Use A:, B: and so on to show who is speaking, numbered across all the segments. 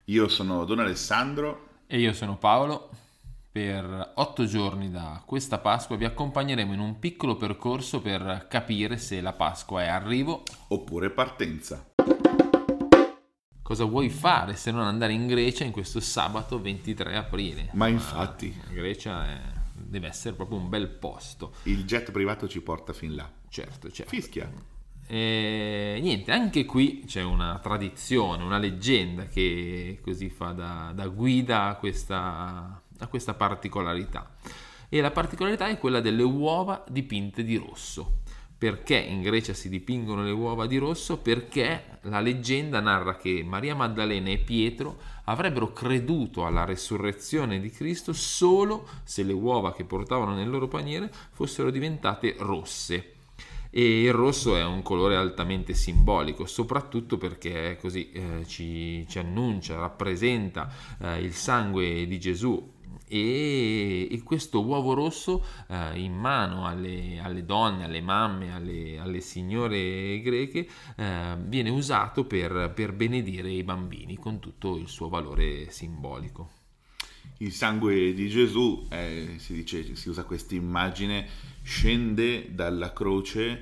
A: Io sono Don Alessandro.
B: E io sono Paolo. Per 8 giorni da questa Pasqua vi accompagneremo in un piccolo percorso per capire se la Pasqua è arrivo.
A: Oppure partenza.
B: Cosa vuoi fare se non andare in Grecia in questo sabato 23 aprile?
A: Ma
B: Ma
A: infatti,
B: la Grecia deve essere proprio un bel posto.
A: il jet privato ci porta fin là.
B: Certo, certo.
A: Fischia.
B: E niente, anche qui c'è una tradizione, una leggenda che così fa da guida a questa particolarità. E la particolarità è quella delle uova dipinte di rosso. Perché in Grecia si dipingono le uova di rosso? Perché la leggenda narra che Maria Maddalena e Pietro avrebbero creduto alla resurrezione di Cristo solo se le uova che portavano nel loro paniere fossero diventate rosse. E il rosso è un colore altamente simbolico, soprattutto perché così ci annuncia, rappresenta il sangue di Gesù. E questo uovo rosso in mano alle donne, alle mamme, alle signore greche viene usato per benedire i bambini con tutto il suo valore simbolico.
A: Il sangue di Gesù, si dice, si usa questa immagine, scende dalla croce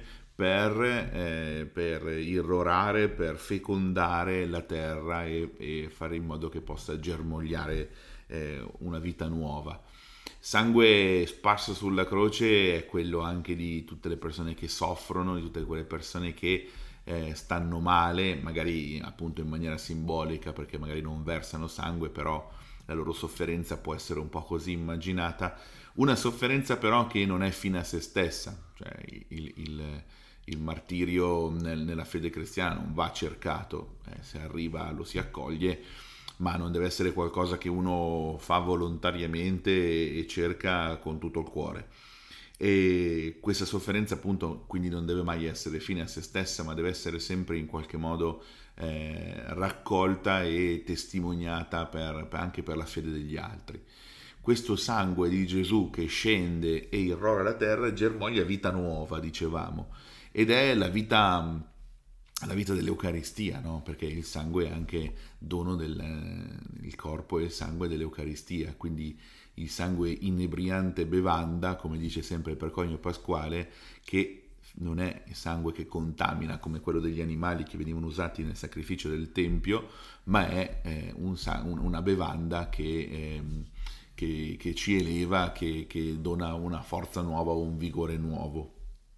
A: per irrorare, per fecondare la terra e fare in modo che possa germogliare una vita nuova. Sangue sparso sulla croce è quello anche di tutte le persone che soffrono, di tutte quelle persone che stanno male, magari appunto in maniera simbolica perché magari non versano sangue, però la loro sofferenza può essere un po' così immaginata, una sofferenza però che non è fine a se stessa, cioè il martirio nella fede cristiana non va cercato, se arriva lo si accoglie, ma non deve essere qualcosa che uno fa volontariamente e cerca con tutto il cuore. E questa sofferenza appunto quindi non deve mai essere fine a se stessa, ma deve essere sempre in qualche modo raccolta e testimoniata anche per la fede degli altri. Questo sangue di Gesù che scende e irrora la terra germoglia vita nuova, dicevamo, ed è la vita dell'Eucaristia, no? Perché il sangue è anche dono il corpo e il sangue dell'Eucaristia, quindi il sangue inebriante bevanda, come dice sempre il Perconio Pasquale, che non è sangue che contamina come quello degli animali che venivano usati nel sacrificio del Tempio, ma è una bevanda che ci eleva, che dona una forza nuova o un vigore nuovo.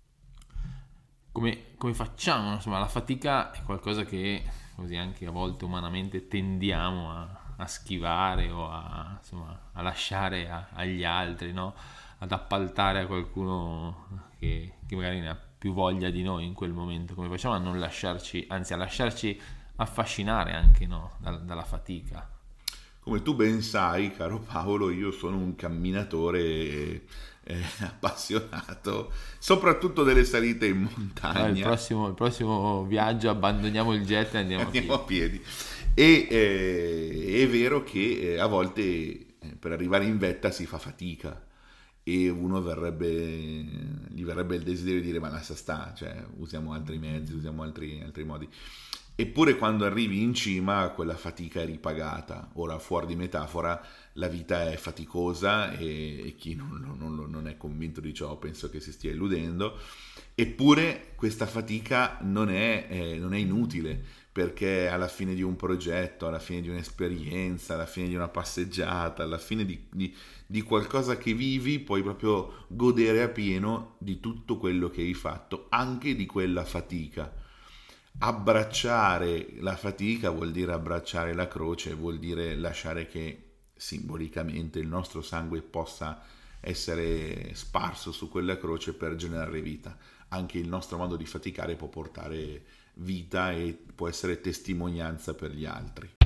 B: Come facciamo? Insomma, la fatica è qualcosa che così anche a volte umanamente tendiamo a schivare o insomma, a lasciare agli altri, no? Ad appaltare a qualcuno che magari ne ha più voglia di noi in quel momento. Come facciamo a non lasciarci, anzi a lasciarci affascinare anche, no? Dalla fatica?
A: Come tu ben sai, caro Paolo, io sono un camminatore appassionato, soprattutto delle salite in
B: Allora, il
A: montagna.
B: prossimo, il prossimo viaggio abbandoniamo il jet e andiamo a
A: Andiamo
B: piedi.
A: a piedi. E è vero che a volte per arrivare in vetta si fa fatica e gli verrebbe il desiderio di dire ma lascia sta, cioè usiamo altri mezzi, usiamo altri modi. Eppure quando arrivi in cima quella fatica è ripagata. Ora, fuori di metafora, la vita è faticosa e chi non è convinto di ciò penso che si stia illudendo. Eppure questa fatica non è inutile, perché alla fine di un progetto, alla fine di un'esperienza, alla fine di una passeggiata, alla fine di qualcosa che vivi, puoi proprio godere a pieno di tutto quello che hai fatto, anche di quella fatica. Abbracciare la fatica vuol dire abbracciare la croce, vuol dire lasciare che simbolicamente il nostro sangue possa essere sparso su quella croce per generare vita. Anche il nostro modo di faticare può portare vita e può essere testimonianza per gli altri.